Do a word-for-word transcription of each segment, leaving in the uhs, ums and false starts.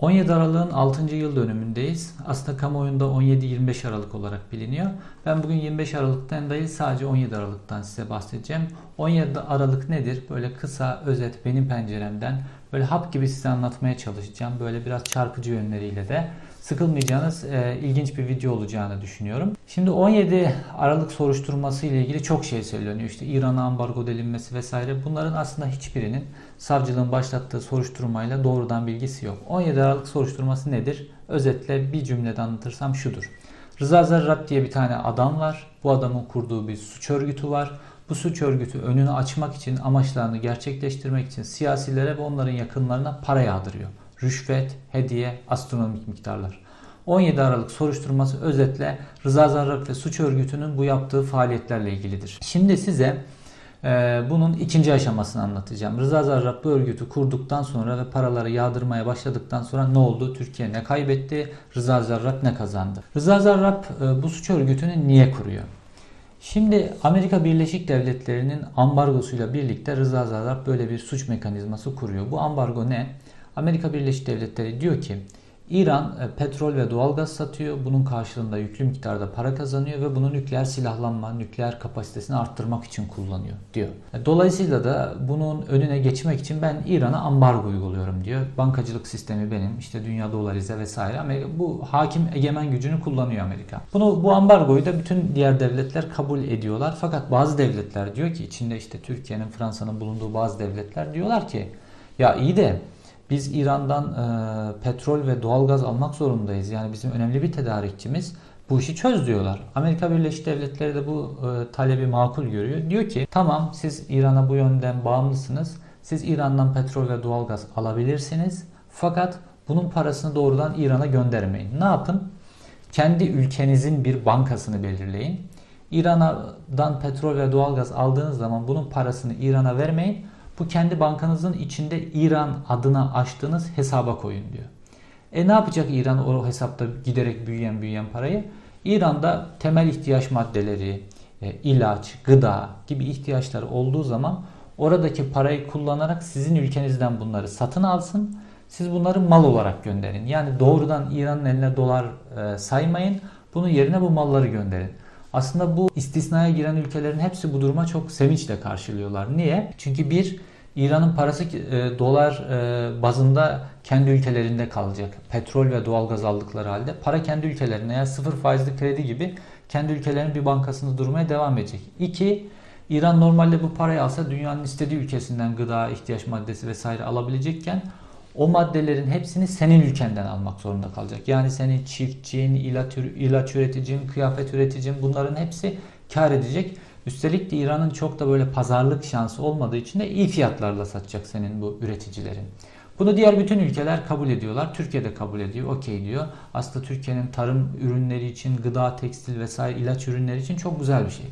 on yedi Aralık'ın altıncı yıl dönümündeyiz. Aslında kamuoyunda on yedi yirmi beş Aralık olarak biliniyor. Ben bugün yirmi beş Aralık'tan değil sadece on yedi Aralık'tan size bahsedeceğim. on yedi Aralık nedir? Böyle kısa, özet benim penceremden böyle hap gibi size anlatmaya çalışacağım. Böyle biraz çarpıcı yönleriyle de sıkılmayacağınız e, ilginç bir video olacağını düşünüyorum. Şimdi on yedi Aralık soruşturması ile ilgili çok şey söyleniyor. İşte İran'a ambargo delinmesi vesaire. Bunların aslında hiçbirinin savcılığın başlattığı soruşturmayla doğrudan bilgisi yok. on yedi Aralık soruşturması nedir? Özetle bir cümlede anlatırsam şudur. Rıza Zarrab diye bir tane adam var. Bu adamın kurduğu bir suç örgütü var. Bu suç örgütü önünü açmak için, amaçlarını gerçekleştirmek için siyasilere ve onların yakınlarına para yağdırıyor. Rüşvet, hediye, astronomik miktarlar. on yedi Aralık soruşturması özetle Rıza Zarrab ve suç örgütünün bu yaptığı faaliyetlerle ilgilidir. Şimdi size e, bunun ikinci aşamasını anlatacağım. Rıza Zarrab bu örgütü kurduktan sonra ve paraları yağdırmaya başladıktan sonra ne oldu? Türkiye ne kaybetti? Rıza Zarrab ne kazandı? Rıza Zarrab e, bu suç örgütünü niye kuruyor? Şimdi Amerika Birleşik Devletleri'nin ambargosuyla birlikte Rıza Zarrab böyle bir suç mekanizması kuruyor. Bu ambargo ne? Amerika Birleşik Devletleri diyor ki İran petrol ve doğalgaz satıyor. Bunun karşılığında yüklü miktarda para kazanıyor ve bunu nükleer silahlanma, nükleer kapasitesini arttırmak için kullanıyor diyor. Dolayısıyla da bunun önüne geçmek için ben İran'a ambargo uyguluyorum diyor. Bankacılık sistemi benim, işte dünya dolarize vesaire. Amerika, bu hakim egemen gücünü kullanıyor Amerika. Bunu bu ambargoyu da bütün diğer devletler kabul ediyorlar. Fakat bazı devletler diyor ki içinde işte Türkiye'nin, Fransa'nın bulunduğu bazı devletler diyorlar ki ya iyi de biz İran'dan e, petrol ve doğalgaz almak zorundayız. Yani bizim önemli bir tedarikçimiz. Bu işi çöz diyorlar. Amerika Birleşik Devletleri de bu e, talebi makul görüyor. Diyor ki tamam siz İran'a bu yönden bağımlısınız. Siz İran'dan petrol ve doğalgaz alabilirsiniz. Fakat bunun parasını doğrudan İran'a göndermeyin. Ne yapın? Kendi ülkenizin bir bankasını belirleyin. İran'dan petrol ve doğalgaz aldığınız zaman bunun parasını İran'a vermeyin. Bu kendi bankanızın içinde İran adına açtığınız hesaba koyun diyor. E ne yapacak İran o hesapta giderek büyüyen büyüyen parayı? İran'da temel ihtiyaç maddeleri, e, ilaç, gıda gibi ihtiyaçları olduğu zaman oradaki parayı kullanarak sizin ülkenizden bunları satın alsın. Siz bunları mal olarak gönderin. Yani doğrudan İran'ın eline dolar e, saymayın. Bunun yerine bu malları gönderin. Aslında bu istisnaya giren ülkelerin hepsi bu duruma çok sevinçle karşılıyorlar. Niye? Çünkü bir, İran'ın parası e, dolar e, bazında kendi ülkelerinde kalacak. Petrol ve doğalgaz aldıkları halde para kendi ülkelerine, yani sıfır faizli kredi gibi kendi ülkelerinin bir bankasında durmaya devam edecek. İki, İran normalde bu parayı alsa dünyanın istediği ülkesinden gıda, ihtiyaç maddesi vesaire alabilecekken o maddelerin hepsini senin ülkenden almak zorunda kalacak. Yani senin çiftçin, ilaç, ilaç üreticin, kıyafet üreticin bunların hepsi kar edecek. Üstelik de İran'ın çok da böyle pazarlık şansı olmadığı için de iyi fiyatlarla satacak senin bu üreticilerin. Bunu diğer bütün ülkeler kabul ediyorlar. Türkiye de kabul ediyor. Okey diyor. Aslında Türkiye'nin tarım ürünleri için, gıda, tekstil vesaire ilaç ürünleri için çok güzel bir şey.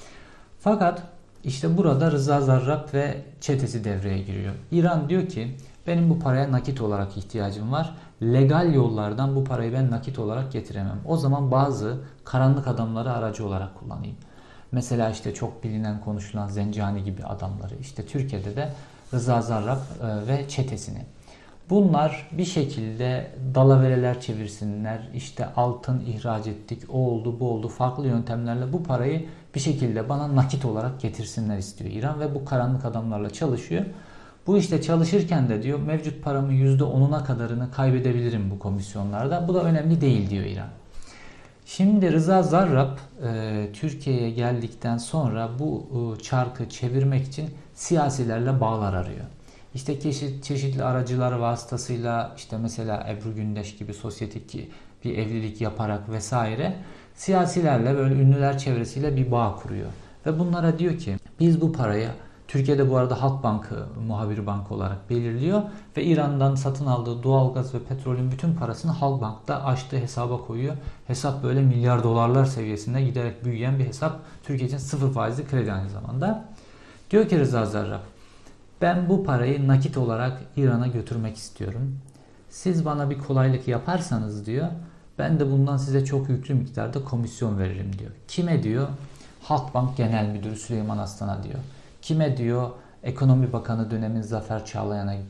Fakat işte burada Rıza Zarrab ve çetesi devreye giriyor. İran diyor ki benim bu paraya nakit olarak ihtiyacım var. Legal yollardan bu parayı ben nakit olarak getiremem. O zaman bazı karanlık adamları aracı olarak kullanayım. Mesela işte çok bilinen, konuşulan Zencani gibi adamları. İşte Türkiye'de de Rıza Zarrab ve çetesini. Bunlar bir şekilde dalavereler çevirsinler. İşte altın ihraç ettik, o oldu, bu oldu. Farklı yöntemlerle bu parayı bir şekilde bana nakit olarak getirsinler istiyor İran ve bu karanlık adamlarla çalışıyor. Bu işte çalışırken de diyor mevcut paramın yüzde onuna kadarını kaybedebilirim bu komisyonlarda. Bu da önemli değil diyor İran. Şimdi Rıza Zarrab e, Türkiye'ye geldikten sonra bu e, çarkı çevirmek için siyasilerle bağlar arıyor. İşte çeşit, çeşitli aracılar vasıtasıyla işte mesela Ebru Gündeş gibi sosyetik bir evlilik yaparak vesaire siyasilerle böyle ünlüler çevresiyle bir bağ kuruyor. Ve bunlara diyor ki biz bu parayı Türkiye'de bu arada Halk Bankı muhabir bank olarak belirliyor ve İran'dan satın aldığı doğalgaz ve petrolün bütün parasını Halk Bank'ta açtığı hesaba koyuyor. Hesap böyle milyar dolarlar seviyesinde giderek büyüyen bir hesap. Türkiye için sıfır faizli kredi aynı zamanda. Diyor ki Rıza Zarrab ben bu parayı nakit olarak İran'a götürmek istiyorum. Siz bana bir kolaylık yaparsanız diyor ben de bundan size çok yüklü miktarda komisyon veririm diyor. Kime diyor? Halkbank Genel Müdürü Süleyman Aslan'a diyor. Kime diyor? Ekonomi Bakanı dönemin Zafer Çağlayan'a gidiyor.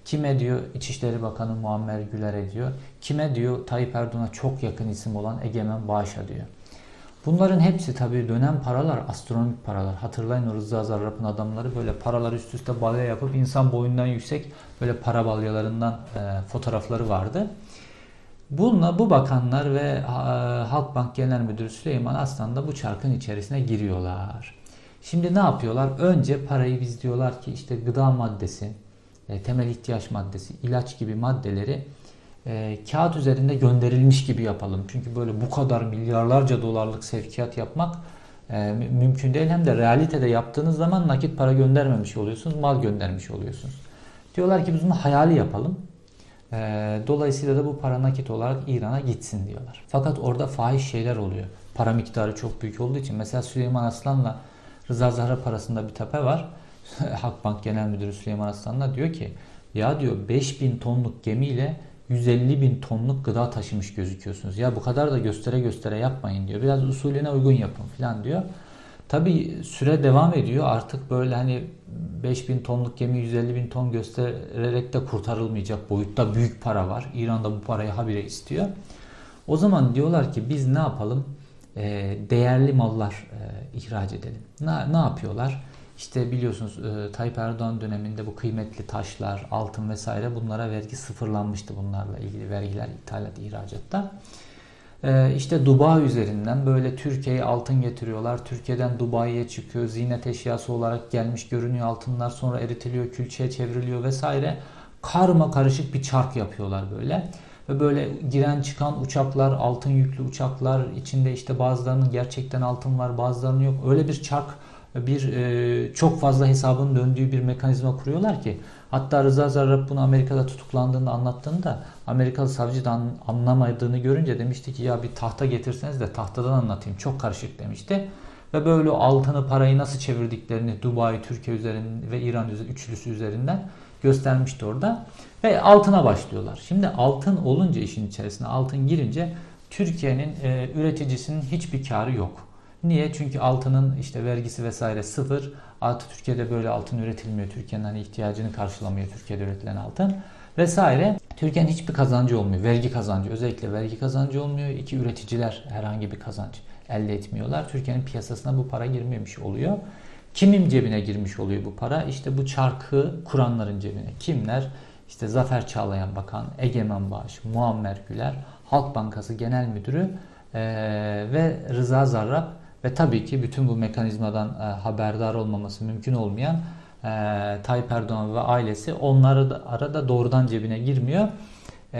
Kime diyor İçişleri Bakanı Muammer Güler'e diyor. Kime diyor Tayyip Erdoğan'a çok yakın isim olan Egemen Bağış'a diyor. Bunların hepsi tabii dönem paralar, astronomik paralar. Hatırlayın o Rıza Zarrab'ın adamları böyle paralar üst üste balya yapıp insan boyundan yüksek böyle para balyalarından e, fotoğrafları vardı. Bununla bu bakanlar ve e, Halkbank Genel Müdürü Süleyman Aslan da bu çarkın içerisine giriyorlar. Şimdi ne yapıyorlar? Önce parayı biz diyorlar ki işte gıda maddesi, e, temel ihtiyaç maddesi, ilaç gibi maddeleri e, kağıt üzerinde gönderilmiş gibi yapalım. Çünkü böyle bu kadar milyarlarca dolarlık sevkiyat yapmak e, mümkün değil. Hem de realitede yaptığınız zaman nakit para göndermemiş oluyorsunuz, mal göndermiş oluyorsunuz. Diyorlar ki biz bunu hayali yapalım. E, dolayısıyla da bu para nakit olarak İran'a gitsin diyorlar. Fakat orada fahiş şeyler oluyor. Para miktarı çok büyük olduğu için. Mesela Süleyman Aslan'la Rıza Zarrab arasında bir tepe var. Halkbank Genel Müdürü Süleyman Aslan'la diyor ki ya diyor beş bin tonluk gemiyle yüz elli bin tonluk gıda taşımış gözüküyorsunuz. Ya bu kadar da göstere göstere yapmayın diyor. Biraz usulüne uygun yapın falan diyor. Tabi süre devam ediyor. Artık böyle hani beş bin tonluk gemi yüz elli bin ton göstererek de kurtarılmayacak boyutta büyük para var. İran da bu parayı habire istiyor. O zaman diyorlar ki biz ne yapalım? E, değerli mallar e, ihraç edelim. Ne, ne yapıyorlar? İşte biliyorsunuz e, Tayyip Erdoğan döneminde bu kıymetli taşlar, altın vesaire bunlara vergi sıfırlanmıştı bunlarla ilgili vergiler ithalat ihracatta. E, işte Dubai üzerinden böyle Türkiye'ye altın getiriyorlar. Türkiye'den Dubai'ye çıkıyor. Ziynet eşyası olarak gelmiş görünüyor altınlar. Sonra eritiliyor, külçeye çevriliyor vesaire. Karma karışık bir çark yapıyorlar böyle. Ve böyle giren çıkan uçaklar, altın yüklü uçaklar, içinde işte bazılarının gerçekten altın var, bazılarının yok. Öyle bir çark, bir e, çok fazla hesabın döndüğü bir mekanizma kuruyorlar ki hatta Rıza Zarrab bunu Amerika'da tutuklandığında anlattığında Amerikalı savcı da anlamadığını görünce demişti ki ya bir tahta getirseniz de tahtadan anlatayım, çok karışık demişti. Ve böyle altını, parayı nasıl çevirdiklerini Dubai, Türkiye üzerinden ve İran üçlüsü üzerinden göstermişti orada. Ve altına başlıyorlar. Şimdi altın olunca işin içerisine altın girince Türkiye'nin e, üreticisinin hiçbir karı yok. Niye? Çünkü altının işte vergisi vesaire sıfır. Artık Türkiye'de böyle altın üretilmiyor. Türkiye'nin hani ihtiyacını karşılamıyor Türkiye'de üretilen altın vesaire. Türkiye'nin hiçbir kazancı olmuyor. Vergi kazancı, özellikle vergi kazancı olmuyor. İki, üreticiler herhangi bir kazanç elde etmiyorlar. Türkiye'nin piyasasına bu para girmemiş oluyor. Kimin cebine girmiş oluyor bu para? İşte bu çarkı kuranların cebine. Kimler? İşte Zafer Çağlayan Bakan, Egemen Bağış, Muammer Güler, Halk Bankası Genel Müdürü e, ve Rıza Zarrab ve tabii ki bütün bu mekanizmadan e, haberdar olmaması mümkün olmayan e, Tayyip Erdoğan ve ailesi, onları da arada doğrudan cebine girmiyor. E,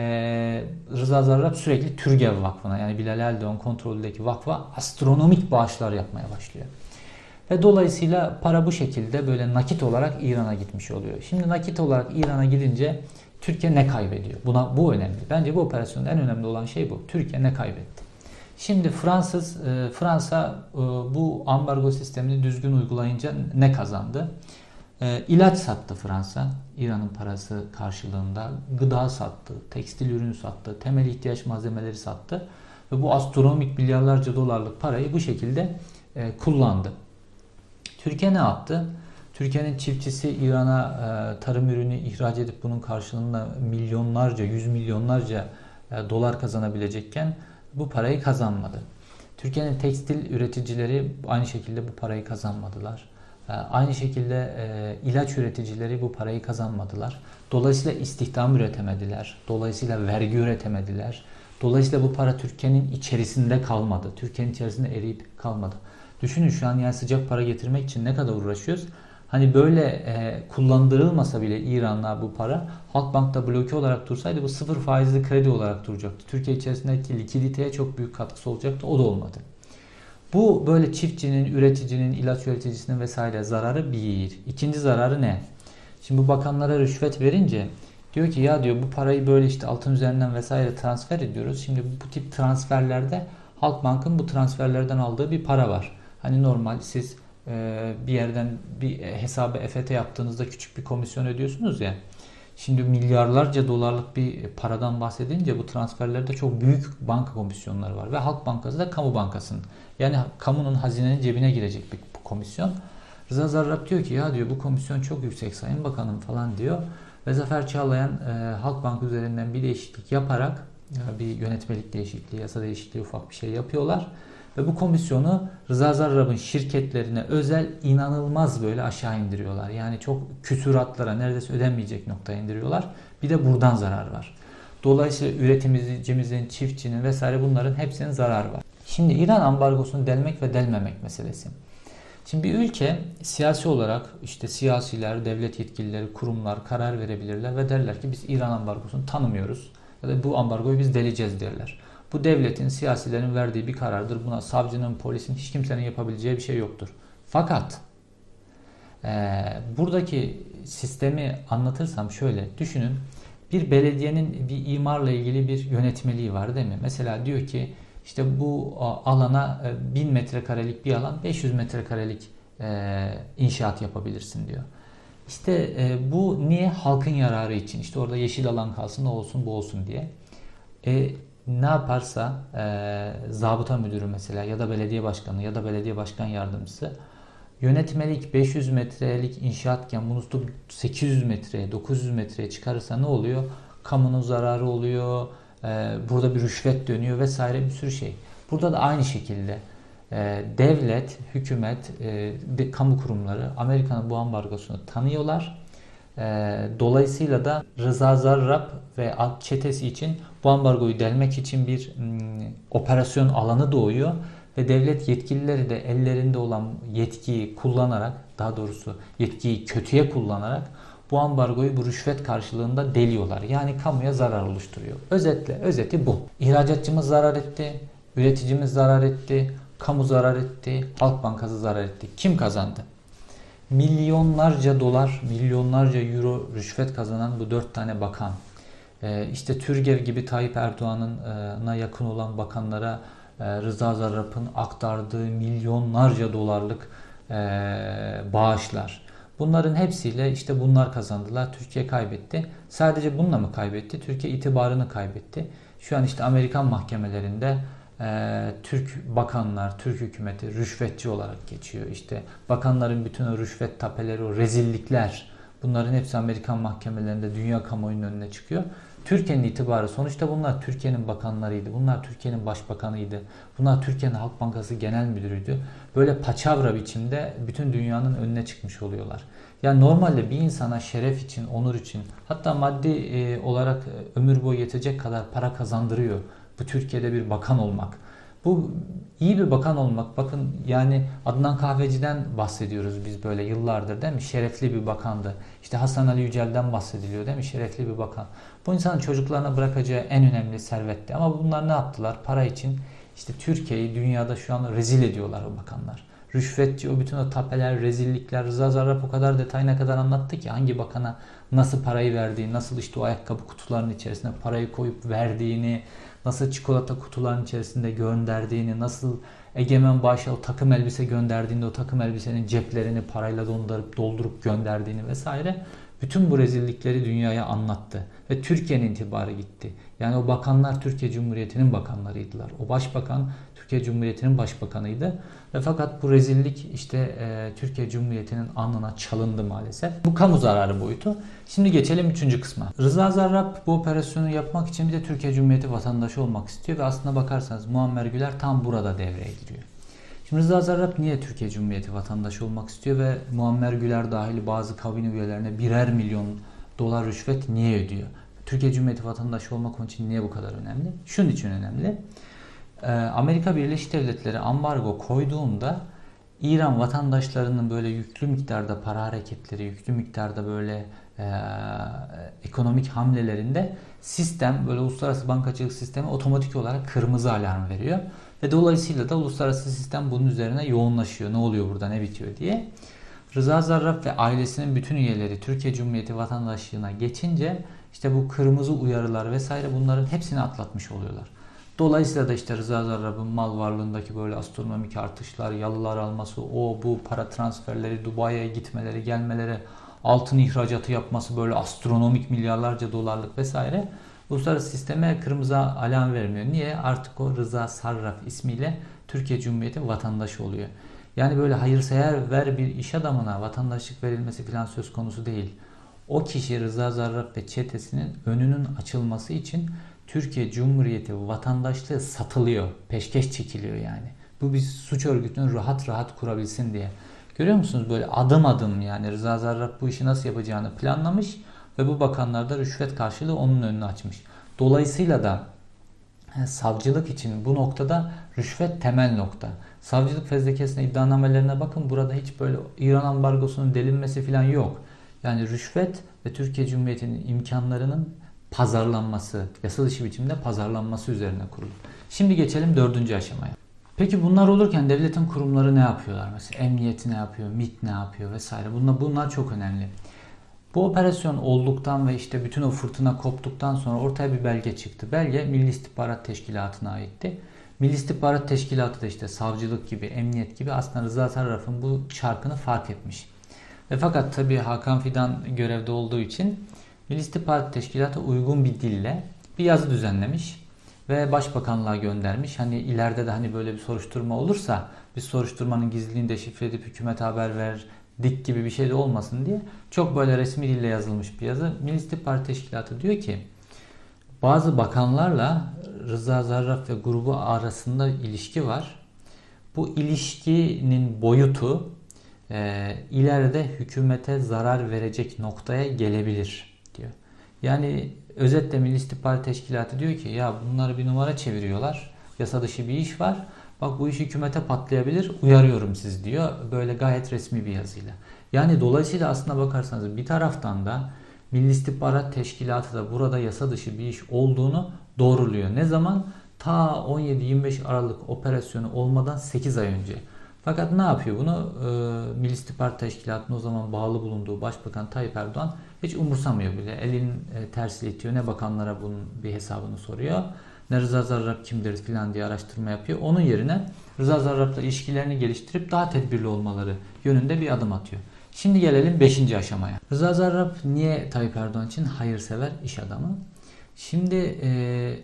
Rıza Zarrab sürekli Türgev Vakfı'na, yani Bilal Erdoğan kontrolündeki vakfa astronomik bağışlar yapmaya başlıyor. Ve dolayısıyla para bu şekilde böyle nakit olarak İran'a gitmiş oluyor. Şimdi nakit olarak İran'a gidince Türkiye ne kaybediyor? Buna, bu önemli. Bence bu operasyonda en önemli olan şey bu. Türkiye ne kaybetti? Şimdi Fransız, e, Fransa e, bu ambargo sistemini düzgün uygulayınca ne kazandı? E, ilaç sattı Fransa, İran'ın parası karşılığında. Gıda sattı, tekstil ürünü sattı, temel ihtiyaç malzemeleri sattı. Ve bu astronomik milyarlarca dolarlık parayı bu şekilde e, kullandı. Türkiye ne yaptı? Türkiye'nin çiftçisi İran'a e, tarım ürünü ihraç edip bunun karşılığında milyonlarca, yüz milyonlarca e, dolar kazanabilecekken bu parayı kazanmadı. Türkiye'nin tekstil üreticileri aynı şekilde bu parayı kazanmadılar. E, aynı şekilde e, ilaç üreticileri bu parayı kazanmadılar. Dolayısıyla istihdam üretemediler. Dolayısıyla vergi üretemediler. Dolayısıyla bu para Türkiye'nin içerisinde kalmadı. Türkiye'nin içerisinde eriyip kalmadı. Düşünün şu an yani sıcak para getirmek için ne kadar uğraşıyoruz. Hani böyle e, kullandırılmasa bile İran'la bu para Halkbank'ta bloke olarak dursaydı bu sıfır faizli kredi olarak duracaktı. Türkiye içerisindeki likiditeye çok büyük katkısı olacaktı. O da olmadı. Bu böyle çiftçinin, üreticinin, ilaç üreticisinin vesaire zararı bir. İkinci zararı ne? Şimdi bu bakanlara rüşvet verince diyor ki ya diyor bu parayı böyle işte altın üzerinden vesaire transfer ediyoruz. Şimdi bu tip transferlerde Halkbank'ın bu transferlerden aldığı bir para var. Hani normal siz e, bir yerden bir hesabı E F T yaptığınızda küçük bir komisyon ödüyorsunuz ya. Şimdi milyarlarca dolarlık bir paradan bahsedince bu transferlerde çok büyük banka komisyonları var. Ve Halk Bankası da kamu bankasının. Yani kamunun, hazinenin cebine girecek bir komisyon. Rıza Zarrab diyor ki ya diyor bu komisyon çok yüksek Sayın Bakanım falan diyor. Ve Zafer Çağlayan e, Halkbank üzerinden bir değişiklik yaparak e, bir yönetmelik değişikliği, yasa değişikliği ufak bir şey yapıyorlar. Ve bu komisyonu Rıza Zarrab'ın şirketlerine özel inanılmaz böyle aşağı indiriyorlar. Yani çok küsuratlara, neredeyse ödenmeyecek noktaya indiriyorlar. Bir de buradan zarar var. Dolayısıyla üretimcimizin, çiftçinin vesaire bunların hepsinin zararı var. Şimdi İran ambargosunu delmek ve delmemek meselesi. Şimdi bir ülke siyasi olarak işte siyasiler, devlet yetkilileri, kurumlar karar verebilirler ve derler ki biz İran ambargosunu tanımıyoruz ya da bu ambargoyu biz deleceğiz derler. Bu devletin, siyasilerin verdiği bir karardır. Buna savcının, polisin, hiç kimsenin yapabileceği bir şey yoktur. Fakat e, buradaki sistemi anlatırsam şöyle düşünün. Bir belediyenin bir imarla ilgili bir yönetmeliği var değil mi? Mesela diyor ki işte bu alana bin metrekarelik bir alan beş yüz metrekarelik e, inşaat yapabilirsin diyor. İşte e, bu niye? Halkın yararı için. İşte orada yeşil alan kalsın, o olsun, bu olsun diye. E, ne yaparsa e, zabıta müdürü mesela ya da belediye başkanı ya da belediye başkan yardımcısı yönetmelik beş yüz metrelik inşaatken bunu tutup sekiz yüz metreye, dokuz yüz metreye çıkarırsa ne oluyor? Kamunun zararı oluyor, e, burada bir rüşvet dönüyor vesaire bir sürü şey. Burada da aynı şekilde e, devlet, hükümet, e, de, kamu kurumları Amerika'nın bu ambargosunu tanıyorlar. E, dolayısıyla da Rıza Zarrab ve çetesi için bu ambargoyu delmek için bir m, operasyon alanı doğuyor. Ve devlet yetkilileri de ellerinde olan yetkiyi kullanarak, daha doğrusu yetkiyi kötüye kullanarak bu ambargoyu bu rüşvet karşılığında deliyorlar. Yani kamuya zarar oluşturuyor. Özetle, özeti bu. İhracatçımız zarar etti, üreticimiz zarar etti, kamu zarar etti, Halk Bankası zarar etti. Kim kazandı? Milyonlarca dolar, milyonlarca euro rüşvet kazanan bu dört tane bakan. Ee, işte Türgev gibi Tayyip Erdoğan'ına yakın olan bakanlara Rıza Zarrab'ın aktardığı milyonlarca dolarlık e, bağışlar. Bunların hepsiyle işte bunlar kazandılar. Türkiye kaybetti. Sadece bununla mı kaybetti? Türkiye itibarını kaybetti. Şu an işte Amerikan mahkemelerinde e, Türk bakanlar, Türk hükümeti rüşvetçi olarak geçiyor. İşte bakanların bütün o rüşvet tapeleri, o rezillikler, bunların hepsi Amerikan mahkemelerinde dünya kamuoyunun önüne çıkıyor. Türkiye'nin itibarı, sonuçta bunlar Türkiye'nin bakanlarıydı. Bunlar Türkiye'nin başbakanıydı. Bunlar Türkiye'nin Halk Bankası Genel Müdürüydü. Böyle paçavra biçimde bütün dünyanın önüne çıkmış oluyorlar. Yani normalde bir insana şeref için, onur için, hatta maddi e, olarak e, ömür boyu yetecek kadar para kazandırıyor bu Türkiye'de bir bakan olmak. Bu iyi bir bakan olmak. Bakın yani Adnan Kahveci'den bahsediyoruz biz böyle yıllardır değil mi? Şerefli bir bakandı. İşte Hasan Ali Yücel'den bahsediliyor değil mi? Şerefli bir bakan. Bu insanın çocuklarına bırakacağı en önemli servetti. Ama bunlar ne yaptılar? Para için işte Türkiye'yi dünyada şu an rezil ediyorlar o bakanlar. Rüşvetçi, o bütün o tapeler, rezillikler. Rıza Zarrab o kadar detayına kadar anlattı ki hangi bakana nasıl parayı verdiğini, nasıl işte o ayakkabı kutularının içerisine parayı koyup verdiğini, nasıl çikolata kutularının içerisinde gönderdiğini, nasıl Egemen Bağış'a o takım elbise gönderdiğinde o takım elbisenin ceplerini parayla doldurup, doldurup gönderdiğini vesaire. Bütün bu rezillikleri dünyaya anlattı. Ve Türkiye'nin itibarı gitti. Yani o bakanlar Türkiye Cumhuriyeti'nin bakanlarıydılar. O başbakan Türkiye Cumhuriyeti'nin başbakanıydı. Ve fakat bu rezillik işte e, Türkiye Cumhuriyeti'nin alnına çalındı maalesef. Bu kamu zararı boyutu. Şimdi geçelim üçüncü kısma. Rıza Zarrab bu operasyonu yapmak için bir de Türkiye Cumhuriyeti vatandaşı olmak istiyor. Ve aslına bakarsanız Muammer Güler tam burada devreye giriyor. Şimdi Rıza Zarrab niye Türkiye Cumhuriyeti vatandaşı olmak istiyor ve Muammer Güler dahil bazı kabine üyelerine birer milyon dolar rüşvet niye ödüyor? Türkiye Cumhuriyeti vatandaşı olmak onun için niye bu kadar önemli? Şunun için önemli. Amerika Birleşik Devletleri ambargo koyduğunda İran vatandaşlarının böyle yüklü miktarda para hareketleri, yüklü miktarda böyle e, ekonomik hamlelerinde sistem, böyle uluslararası bankacılık sistemi otomatik olarak kırmızı alarm veriyor. Ve dolayısıyla da uluslararası sistem bunun üzerine yoğunlaşıyor. Ne oluyor burada, ne bitiyor diye. Rıza Zarrab ve ailesinin bütün üyeleri Türkiye Cumhuriyeti vatandaşlığına geçince işte bu kırmızı uyarılar vesaire bunların hepsini atlatmış oluyorlar. Dolayısıyla da işte Rıza Zarrab'ın mal varlığındaki böyle astronomik artışlar, yalılar alması, o bu para transferleri, Dubai'ye gitmeleri, gelmeleri, altın ihracatı yapması, böyle astronomik milyarlarca dolarlık vesaire uluslararası sisteme kırmızı alarm vermiyor. Niye? Artık o Rıza Zarrab ismiyle Türkiye Cumhuriyeti vatandaşı oluyor. Yani böyle hayırsever bir iş adamına vatandaşlık verilmesi falan söz konusu değil. O kişi Rıza Zarrab ve çetesinin önünün açılması için Türkiye Cumhuriyeti vatandaşlığı satılıyor. Peşkeş çekiliyor yani. Bu bir suç örgütünü rahat rahat kurabilsin diye. Görüyor musunuz böyle adım adım yani Rıza Zarrab bu işi nasıl yapacağını planlamış ve bu bakanlar da rüşvet karşılığı onun önünü açmış. Dolayısıyla da savcılık için bu noktada rüşvet temel nokta. Savcılık fezlekesine iddianamelerine bakın, burada hiç böyle İran ambargosunun delinmesi falan yok. Yani rüşvet ve Türkiye Cumhuriyeti'nin imkanlarının pazarlanması, yasa dışı biçimde pazarlanması üzerine kurulu. Şimdi geçelim dördüncü aşamaya. Peki bunlar olurken devletin kurumları ne yapıyorlar? Mesela emniyeti ne yapıyor, MİT ne yapıyor vesaire. Bunlar, bunlar çok önemli. Bu operasyon olduktan ve işte bütün o fırtına koptuktan sonra ortaya bir belge çıktı. Belge Milli İstihbarat Teşkilatı'na aitti. Milli İstihbarat Teşkilatı da işte savcılık gibi, emniyet gibi aslında Rıza Zarrab'ın bu çarkını fark etmiş. Ve fakat tabii Hakan Fidan görevde olduğu için Milli İstihbarat Teşkilatı uygun bir dille bir yazı düzenlemiş ve Başbakanlığa göndermiş. Hani ileride de hani böyle bir soruşturma olursa biz soruşturmanın gizliliğini deşifre edip hükümete haber verdik gibi bir şey de olmasın diye çok böyle resmi dille yazılmış bir yazı. Milli İstihbarat Teşkilatı diyor ki bazı bakanlarla Rıza Zarrab ve grubu arasında ilişki var. Bu ilişkinin boyutu e, ileride hükümete zarar verecek noktaya gelebilir diyor. Yani özetle Milli İstihbarat Teşkilatı diyor ki ya bunları bir numara çeviriyorlar. Yasa dışı bir iş var. Bak bu iş hükümete patlayabilir. Uyarıyorum siz diyor. Böyle gayet resmi bir yazıyla. Yani dolayısıyla aslına bakarsanız bir taraftan da Milli İstihbarat Teşkilatı da burada yasa dışı bir iş olduğunu doğruluyor. Ne zaman? Ta on yedi yirmi beş Aralık operasyonu olmadan sekiz ay önce. Fakat ne yapıyor bunu? Ee, Milli İstihbarat Teşkilatı'nın o zaman bağlı bulunduğu Başbakan Tayyip Erdoğan hiç umursamıyor bile. Elin e, tersiyle itiyor. Ne bakanlara bunun bir hesabını soruyor. Ne Rıza Zarrab kimdir filan diye araştırma yapıyor. Onun yerine Rıza Zarrab'la ilişkilerini geliştirip daha tedbirli olmaları yönünde bir adım atıyor. Şimdi gelelim beşinci aşamaya. Rıza Zarrab niye Tayyip Erdoğan için hayırsever iş adamı? Şimdi e,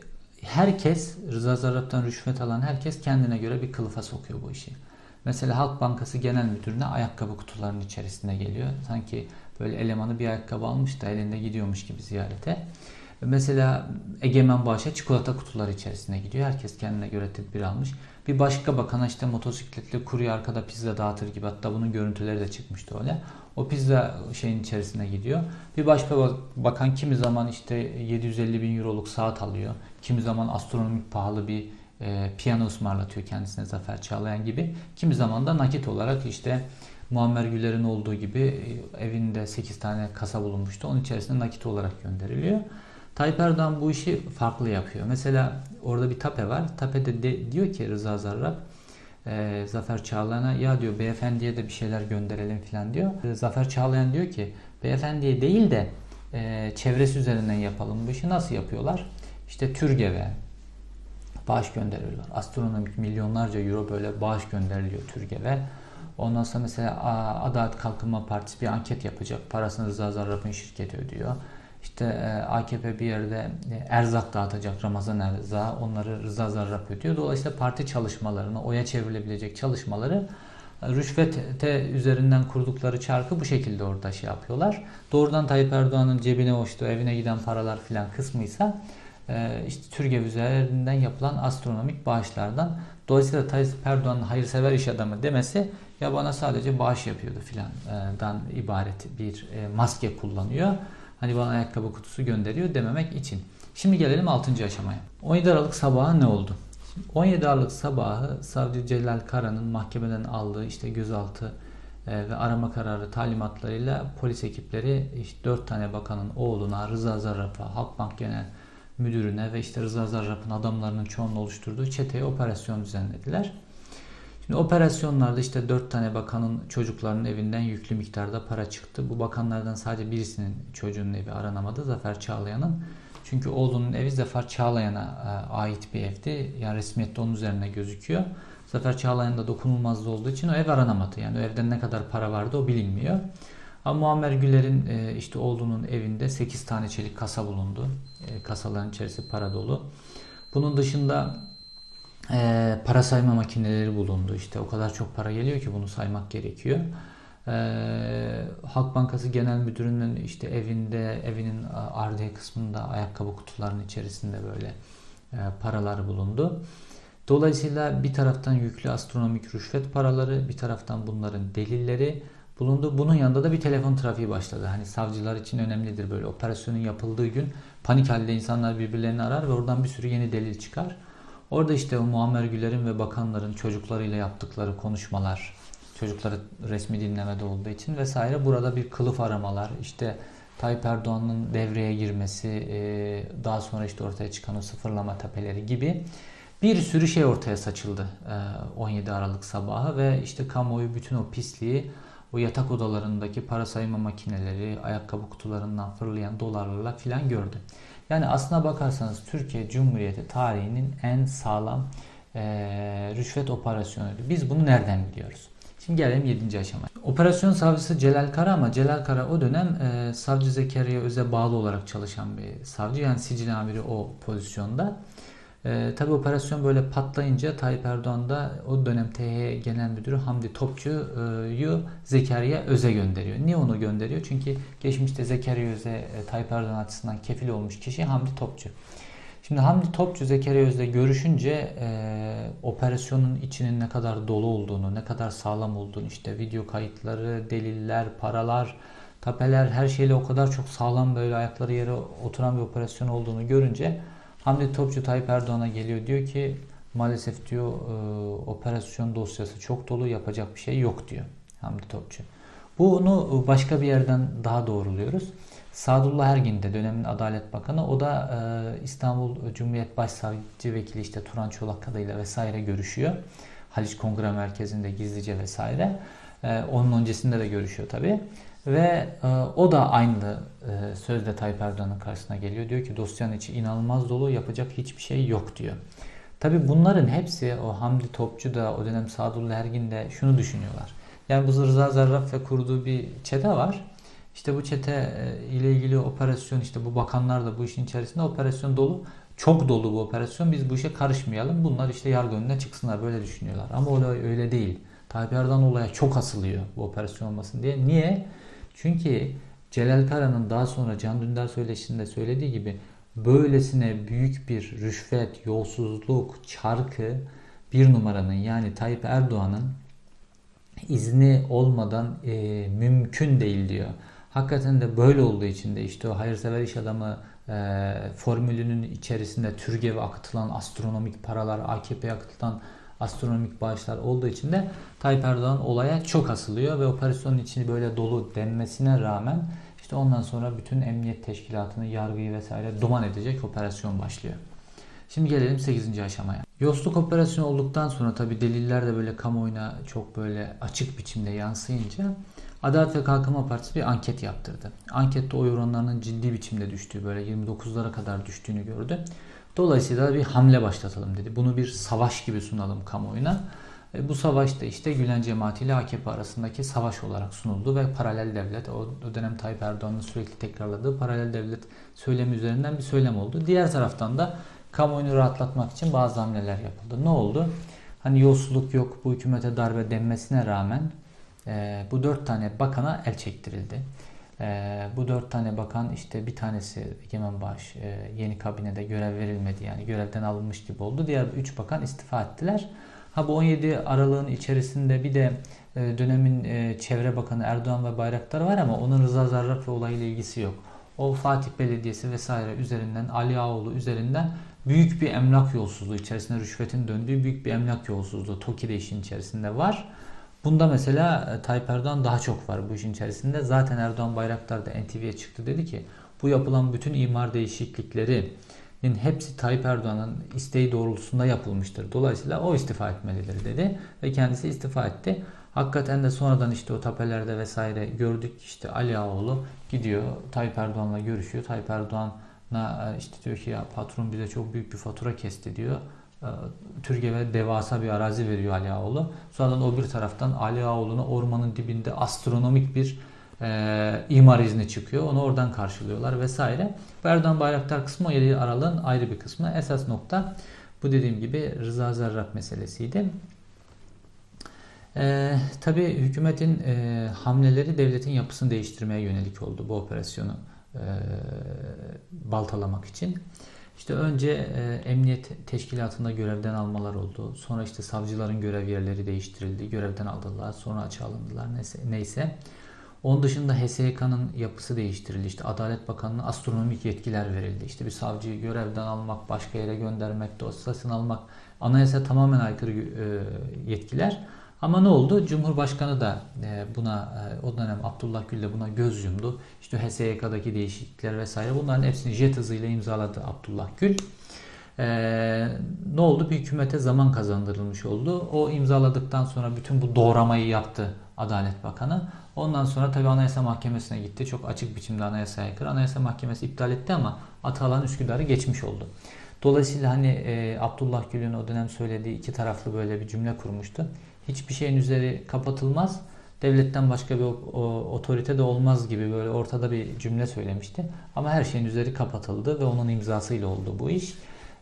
herkes, Rıza Zarrab'dan rüşvet alan herkes kendine göre bir kılıfa sokuyor bu işi. Mesela Halk Bankası Genel Müdürü'ne ayakkabı kutularının içerisinde geliyor. Sanki böyle elemanı bir ayakkabı almış da elinde gidiyormuş gibi ziyarete. Mesela Egemen Bağış'a çikolata kutuları içerisine gidiyor. Herkes kendine göre tedbir almış. Bir başka bakana işte motosikletle kurye arkada pizza dağıtır gibi, hatta bunun görüntüleri de çıkmıştı öyle. O pizza şeyin içerisine gidiyor. Bir başka bakan kimi zaman işte yedi yüz elli bin euroluk saat alıyor. Kimi zaman astronomik pahalı bir e, piyano ısmarlatıyor kendisine Zafer Çağlayan gibi. Kimi zaman da nakit olarak işte Muammer Güler'in olduğu gibi evinde sekiz tane kasa bulunmuştu. Onun içerisinde nakit olarak gönderiliyor. Tayyip Erdoğan bu işi farklı yapıyor. Mesela orada bir tape var. Tapede de diyor ki Rıza Zarrab e, Zafer Çağlayan'a ya diyor beyefendiye de bir şeyler gönderelim falan diyor. Zafer Çağlayan diyor ki beyefendiye değil de e, çevresi üzerinden yapalım. Bu işi nasıl yapıyorlar? İşte TÜRGEV'e bağış gönderiyorlar. Astronomik milyonlarca euro böyle bağış gönderiliyor TÜRGEV'e. Ondan sonra mesela Adalet Kalkınma Partisi bir anket yapacak. Parasını Rıza Zarrab'ın şirketi ödüyor. İşte A K P bir yerde erzak dağıtacak, Ramazan erzağı, onları Rıza Zarrab ödüyor. Dolayısıyla parti çalışmalarını, oya çevrilebilecek çalışmaları rüşvete üzerinden kurdukları çarkı bu şekilde orada şey yapıyorlar. Doğrudan Tayyip Erdoğan'ın cebine o işte evine giden paralar filan kısmıysa işte TÜRGEV üzerinden yapılan astronomik bağışlardan. Dolayısıyla Tayyip Erdoğan'ın hayırsever iş adamı demesi ya bana sadece bağış yapıyordu filandan ibaret bir maske kullanıyor. Hani bana ayakkabı kutusu gönderiyor dememek için. Şimdi gelelim altıncı aşamaya. on yedi Aralık sabahı ne oldu? Şimdi on yedi Aralık sabahı savcı Celal Kara'nın mahkemeden aldığı işte gözaltı e, ve arama kararı talimatlarıyla polis ekipleri işte dört tane bakanın oğluna, Rıza Zarrab'a, Halkbank Genel Müdürüne ve işte Rıza Zarrab'ın adamlarının çoğunun oluşturduğu çeteye operasyon düzenlediler. Şimdi operasyonlarda işte dört tane bakanın çocuklarının evinden yüklü miktarda para çıktı. Bu bakanlardan sadece birisinin çocuğunun evi aranamadı. Zafer Çağlayan'ın. Çünkü oğlunun evi Zafer Çağlayan'a ait bir evdi. Yani resmiyette onun üzerine gözüküyor. Zafer Çağlayan da dokunulmazlığı olduğu için o ev aranamadı. Yani o evden ne kadar para vardı o bilinmiyor. Ama Muammer Güler'in işte oğlunun evinde sekiz tane çelik kasa bulundu. Kasaların içerisi para dolu. Bunun dışında e, para sayma makineleri bulundu. İşte o kadar çok para geliyor ki bunu saymak gerekiyor. Ee, Halk Bankası Genel Müdürü'nün işte evinde, evinin ardiye kısmında ayakkabı kutularının içerisinde böyle e, paralar bulundu. Dolayısıyla bir taraftan yüklü astronomik rüşvet paraları, bir taraftan bunların delilleri bulundu. Bunun yanında da bir telefon trafiği başladı. Hani savcılar için önemlidir, böyle operasyonun yapıldığı gün panik halde insanlar birbirlerini arar ve oradan bir sürü yeni delil çıkar. Orada işte o Muammer Güler'in ve bakanların çocuklarıyla yaptıkları konuşmalar, çocukları resmi dinlemede olduğu için vesaire, burada bir kılıf aramalar, işte Tayyip Erdoğan'ın devreye girmesi, daha sonra işte ortaya çıkan o sıfırlama tepeleri gibi bir sürü şey ortaya saçıldı on yedi Aralık sabahı ve işte kamuoyu bütün o pisliği, o yatak odalarındaki para sayma makineleri, ayakkabı kutularından fırlayan dolarlarla filan gördü. Yani aslına bakarsanız Türkiye Cumhuriyeti tarihinin en sağlam e, rüşvet operasyonuydu. Biz bunu nereden biliyoruz? Şimdi gelelim yedinci aşamaya. Operasyon savcısı Celal Kara, ama Celal Kara o dönem e, Savcı Zekeriya Öz'e bağlı olarak çalışan bir savcı. Yani sicil amiri o pozisyonda. E, tabi operasyon böyle patlayınca Tayyip Erdoğan da o dönem T H Genel Müdürü Hamdi Topçu'yu Zekeriya Öz'e gönderiyor. Niye onu gönderiyor? Çünkü geçmişte Zekeriya Öz'e e, Tayyip Erdoğan açısından kefil olmuş kişi Hamdi Topçu. Şimdi Hamdi Topçu Zekeriya Öz'le görüşünce e, operasyonun içinin ne kadar dolu olduğunu, ne kadar sağlam olduğunu, işte video kayıtları, deliller, paralar, tapeler, her şeyle o kadar çok sağlam, böyle ayakları yere oturan bir operasyon olduğunu görünce Hamdi Topçu Tayyip Erdoğan'a geliyor, diyor ki maalesef diyor e, operasyon dosyası çok dolu, yapacak bir şey yok diyor Hamdi Topçu. Bunu başka bir yerden daha doğruluyoruz. Sadullah Ergin de dönemin Adalet Bakanı, o da e, İstanbul Cumhuriyet Başsavcı Vekili işte Turan Çolak adıyla vesaire görüşüyor. Haliç Kongre Merkezi'nde gizlice vesaire. E, onun öncesinde de görüşüyor tabii. Ve e, o da aynı e, sözde Tayyip Erdoğan'ın karşısına geliyor. Diyor ki dosyanın içi inanılmaz dolu, yapacak hiçbir şey yok diyor. Tabii bunların hepsi, o Hamdi Topçu da o dönem Sadullah Ergin de şunu düşünüyorlar. Yani bu Rıza Zarrab ve kurduğu bir çete var. İşte bu çete ile ilgili operasyon, işte bu bakanlar da bu işin içerisinde, operasyon dolu. Çok dolu bu operasyon. Biz bu işe karışmayalım. Bunlar işte yargı önüne çıksınlar, böyle düşünüyorlar. Ama o da öyle değil. Tayyip Erdoğan olaya çok asılıyor bu operasyon olmasın diye. Niye? Çünkü Celal Kara'nın daha sonra Can Dündar söyleşisinde söylediği gibi böylesine büyük bir rüşvet, yolsuzluk, çarkı bir numaranın, yani Tayyip Erdoğan'ın izni olmadan e, mümkün değil diyor. Hakikaten de böyle olduğu için de işte o hayırsever iş adamı e, formülünün içerisinde TÜRGEV'e akıtılan astronomik paralar, A K P'ye akıtılan astronomik bağışlar olduğu için de Tayyip Erdoğan olaya çok asılıyor ve operasyonun içini böyle dolu denmesine rağmen işte ondan sonra bütün emniyet teşkilatını, yargıyı vesaire duman edecek operasyon başlıyor. Şimdi gelelim sekizinci aşamaya. Yolsuzluk operasyonu olduktan sonra tabi deliller de böyle kamuoyuna çok böyle açık biçimde yansıyınca Adalet ve Kalkınma Partisi bir anket yaptırdı. Ankette oy oranlarının ciddi biçimde düştüğü, böyle yirmi dokuzlara kadar düştüğünü gördü. Dolayısıyla bir hamle başlatalım dedi. Bunu bir savaş gibi sunalım kamuoyuna. E, bu savaş da işte Gülen cemaati ile A K P arasındaki savaş olarak sunuldu ve paralel devlet, o, o dönem Tayyip Erdoğan'ın sürekli tekrarladığı paralel devlet söylemi üzerinden bir söylem oldu. Diğer taraftan da kamuoyunu rahatlatmak için bazı hamleler yapıldı. Ne oldu? Hani yolsuzluk yok, bu hükümete darbe denmesine rağmen e, bu dört tane bakana el çektirildi. E, bu dört tane bakan, işte bir tanesi Egemen Bağış e, yeni kabinede görev verilmedi, yani görevden alınmış gibi oldu. Diğer üç bakan istifa ettiler. Ha bu on yedi Aralık'ın içerisinde bir de e, dönemin e, Çevre Bakanı Erdoğan ve Bayraktar var ama onun Rıza Zarrab ve olayla ilgisi yok. O Fatih Belediyesi vesaire üzerinden, Ali Ağaoğlu üzerinden büyük bir emlak yolsuzluğu içerisinde, rüşvetin döndüğü büyük bir emlak yolsuzluğu TOKİ de işin içerisinde var. Bunda mesela Tayyip Erdoğan daha çok var bu işin içerisinde. Zaten Erdoğan Bayraktar da N T V'ye çıktı, dedi ki bu yapılan bütün imar değişikliklerinin hepsi Tayyip Erdoğan'ın isteği doğrultusunda yapılmıştır. Dolayısıyla o istifa etmelidir dedi ve kendisi istifa etti. Hakikaten de sonradan işte o tapelerde vesaire gördük, işte Ali Ağaoğlu gidiyor Tayyip Erdoğan'la görüşüyor. Tayyip Erdoğan'a işte diyor ki ya patron bize çok büyük bir fatura kesti diyor. TÜRGEV'e devasa bir arazi veriyor Ali Ağaoğlu. Sonradan o bir taraftan Ali Ağaoğlu'na ormanın dibinde astronomik bir e, imar izni çıkıyor. Onu oradan karşılıyorlar vesaire. Bu Erdoğan Bayraktar kısmı on yedi Aralık'ın ayrı bir kısmı. Esas nokta bu dediğim gibi Rıza Zarrab meselesiydi. Ee, tabii hükümetin e, hamleleri devletin yapısını değiştirmeye yönelik oldu bu operasyonu e, baltalamak için. İşte önce e, emniyet teşkilatında görevden almalar oldu. Sonra işte savcıların görev yerleri değiştirildi. Görevden aldılar. Sonra açığa alındılar. Neyse. neyse. Onun dışında H S Y K'nın yapısı değiştirildi. İşte Adalet Bakanlığı'na astronomik yetkiler verildi. İşte bir savcıyı görevden almak, başka yere göndermek, dosyasını almak, anayasa tamamen aykırı e, yetkiler. Ama ne oldu? Cumhurbaşkanı da e, buna e, o dönem Abdullah Gül de buna göz yumdu. İşte H S Y K'daki değişiklikler vesaire bunların hepsini jet hızıyla imzaladı Abdullah Gül. Ee, ne oldu? Bir hükümete zaman kazandırılmış oldu. O imzaladıktan sonra bütün bu doğramayı yaptı Adalet Bakanı. Ondan sonra tabii Anayasa Mahkemesi'ne gitti. Çok açık biçimde anayasaya aykırı. Anayasa Mahkemesi iptal etti ama Atalan Üsküdar'ı geçmiş oldu. Dolayısıyla hani e, Abdullah Gül'ün o dönem söylediği iki taraflı böyle bir cümle kurmuştu. Hiçbir şeyin üzeri kapatılmaz. Devletten başka bir o, o, otorite de olmaz gibi böyle ortada bir cümle söylemişti. Ama her şeyin üzeri kapatıldı ve onun imzasıyla oldu bu iş.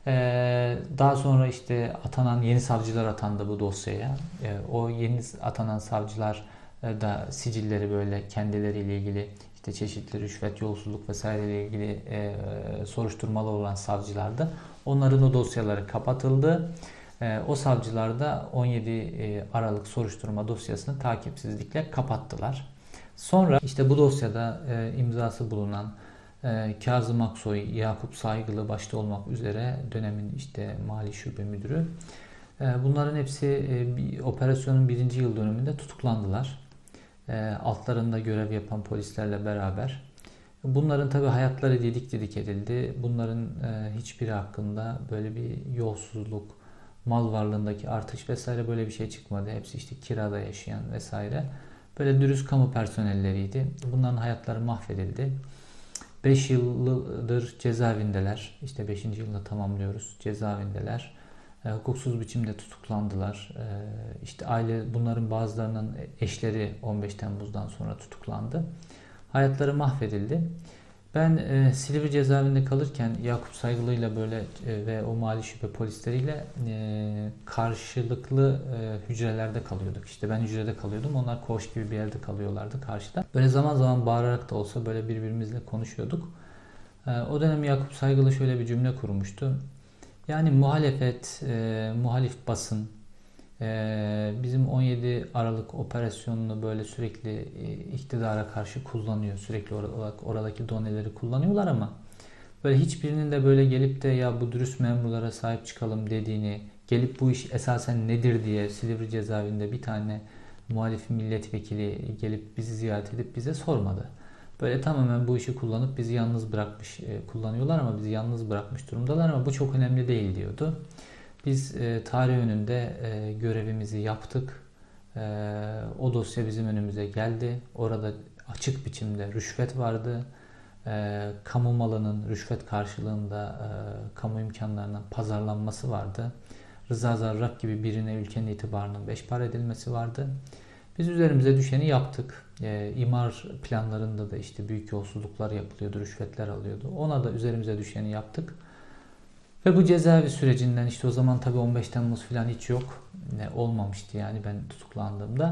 Ee, daha sonra işte atanan yeni savcılar atandı bu dosyaya. Ee, o yeni atanan savcılar e, da sicilleri böyle kendileriyle ilgili işte çeşitli rüşvet, yolsuzluk vesaire ile ilgili e, soruşturmalı olan savcılardı. Onların o dosyaları kapatıldı. E, o savcılar da on yedi Aralık soruşturma dosyasını takipsizlikle kapattılar. Sonra işte bu dosyada e, imzası bulunan e, Kazım Aksoy, Yakup Saygılı başta olmak üzere dönemin işte Mali Şube Müdürü. E, bunların hepsi e, bir operasyonun birinci yıl dönümünde tutuklandılar. E, altlarında görev yapan polislerle beraber. Bunların tabi hayatları didik didik edildi. Bunların e, hiçbiri hakkında böyle bir yolsuzluk, mal varlığındaki artış vesaire böyle bir şey çıkmadı. Hepsi işte kirada yaşayan vesaire. Böyle dürüst kamu personelleriydi. Bunların hayatları mahvedildi. beş yıldır cezaevindeler. İşte beşinci yılını tamamlıyoruz. Cezaevindeler. E, hukuksuz biçimde tutuklandılar. E, işte aile bunların bazılarının eşleri on beş Temmuz'dan sonra tutuklandı. Hayatları mahvedildi. Ben e, Silivri cezaevinde kalırken Yakup Saygılı'yla böyle e, ve o mali şube polisleriyle e, karşılıklı e, hücrelerde kalıyorduk. İşte ben hücrede kalıyordum. Onlar koğuş gibi bir yerde kalıyorlardı karşıda. Böyle zaman zaman bağırarak da olsa böyle birbirimizle konuşuyorduk. E, o dönem Yakup Saygılı şöyle bir cümle kurmuştu. Yani muhalefet, e, muhalif basın, ee, bizim on yedi Aralık operasyonunu böyle sürekli e, iktidara karşı kullanıyor. Sürekli or- oradaki doneleri kullanıyorlar ama böyle hiçbirinin de böyle gelip de ya bu dürüst memurlara sahip çıkalım dediğini, gelip bu iş esasen nedir diye Silivri cezaevinde bir tane muhalif milletvekili gelip bizi ziyaret edip bize sormadı. Böyle tamamen bu işi kullanıp bizi yalnız bırakmış e, kullanıyorlar ama bizi yalnız bırakmış durumdalar ama bu çok önemli değil diyordu. Biz e, tarih önünde e, görevimizi yaptık. E, o dosya bizim önümüze geldi. Orada açık biçimde rüşvet vardı. E, kamu malının rüşvet karşılığında e, kamu imkanlarının pazarlanması vardı. Rıza Zarrab gibi birine ülkenin itibarının beş para edilmesi vardı. Biz üzerimize düşeni yaptık. E, imar planlarında da işte büyük yolsuzluklar yapılıyordu, rüşvetler alıyordu. Ona da üzerimize düşeni yaptık. Ve bu cezaevi sürecinden işte o zaman tabii on beş Temmuz falan hiç yok. Ne olmamıştı yani ben tutuklandığımda.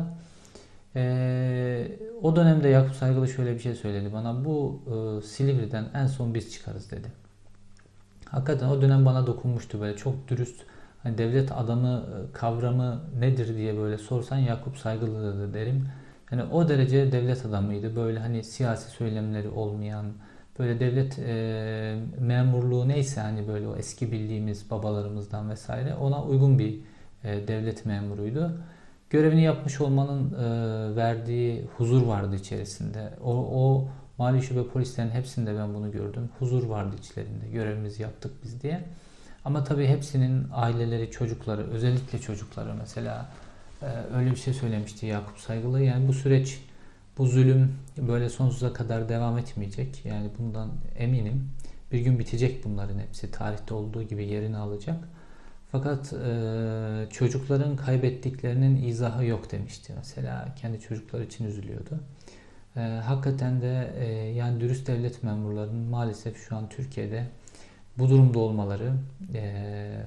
Ee, o dönemde Yakup Saygılı şöyle bir şey söyledi bana. Bu e, Silivri'den en son biz çıkarız dedi. Hakikaten o dönem bana dokunmuştu böyle çok dürüst. Hani devlet adamı kavramı nedir diye böyle sorsan Yakup Saygılı derim. Yani o derece devlet adamıydı. Böyle hani siyasi söylemleri olmayan, böyle devlet e, memurluğu neyse hani böyle o eski bildiğimiz babalarımızdan vesaire ona uygun bir e, devlet memuruydu. Görevini yapmış olmanın e, verdiği huzur vardı içerisinde. O, o mali şube polislerin hepsinde ben bunu gördüm. Huzur vardı içlerinde. Görevimizi yaptık biz diye. Ama tabii hepsinin aileleri, çocukları, özellikle çocukları mesela e, öyle bir şey söylemişti Yakup Saygılı. Yani bu süreç, bu zulüm böyle sonsuza kadar devam etmeyecek. Yani bundan eminim. Bir gün bitecek bunların hepsi. Tarihte olduğu gibi yerini alacak. Fakat e, çocukların kaybettiklerinin izahı yok demişti. Mesela kendi çocuklar için üzülüyordu. E, hakikaten de e, yani dürüst devlet memurlarının maalesef şu an Türkiye'de bu durumda olmaları, e,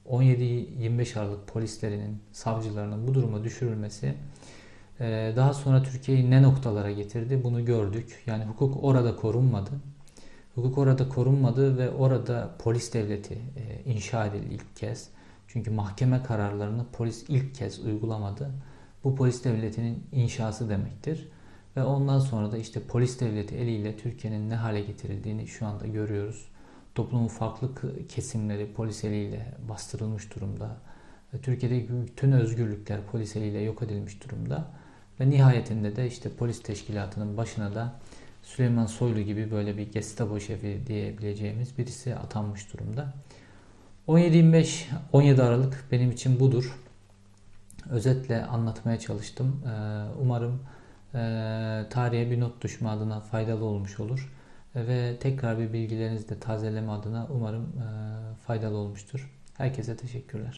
on yedi yirmi beş Aralık polislerinin, savcılarının bu duruma düşürülmesi daha sonra Türkiye'yi ne noktalara getirdi bunu gördük. Yani hukuk orada korunmadı. Hukuk orada korunmadı ve orada polis devleti inşa edildi ilk kez. Çünkü mahkeme kararlarını polis ilk kez uygulamadı. Bu polis devletinin inşası demektir. Ve ondan sonra da işte polis devleti eliyle Türkiye'nin ne hale getirildiğini şu anda görüyoruz. Toplumun farklı kesimleri polis eliyle bastırılmış durumda. Türkiye'deki bütün özgürlükler polis eliyle yok edilmiş durumda. Ve nihayetinde de işte polis teşkilatının başına da Süleyman Soylu gibi böyle bir Gestapo şefi diyebileceğimiz birisi atanmış durumda. on yedi yirmi beş on yedi Aralık benim için budur. Özetle anlatmaya çalıştım. Umarım tarihe bir not düşme adına faydalı olmuş olur. Ve tekrar bir bilgilerinizi de tazeleme adına umarım faydalı olmuştur. Herkese teşekkürler.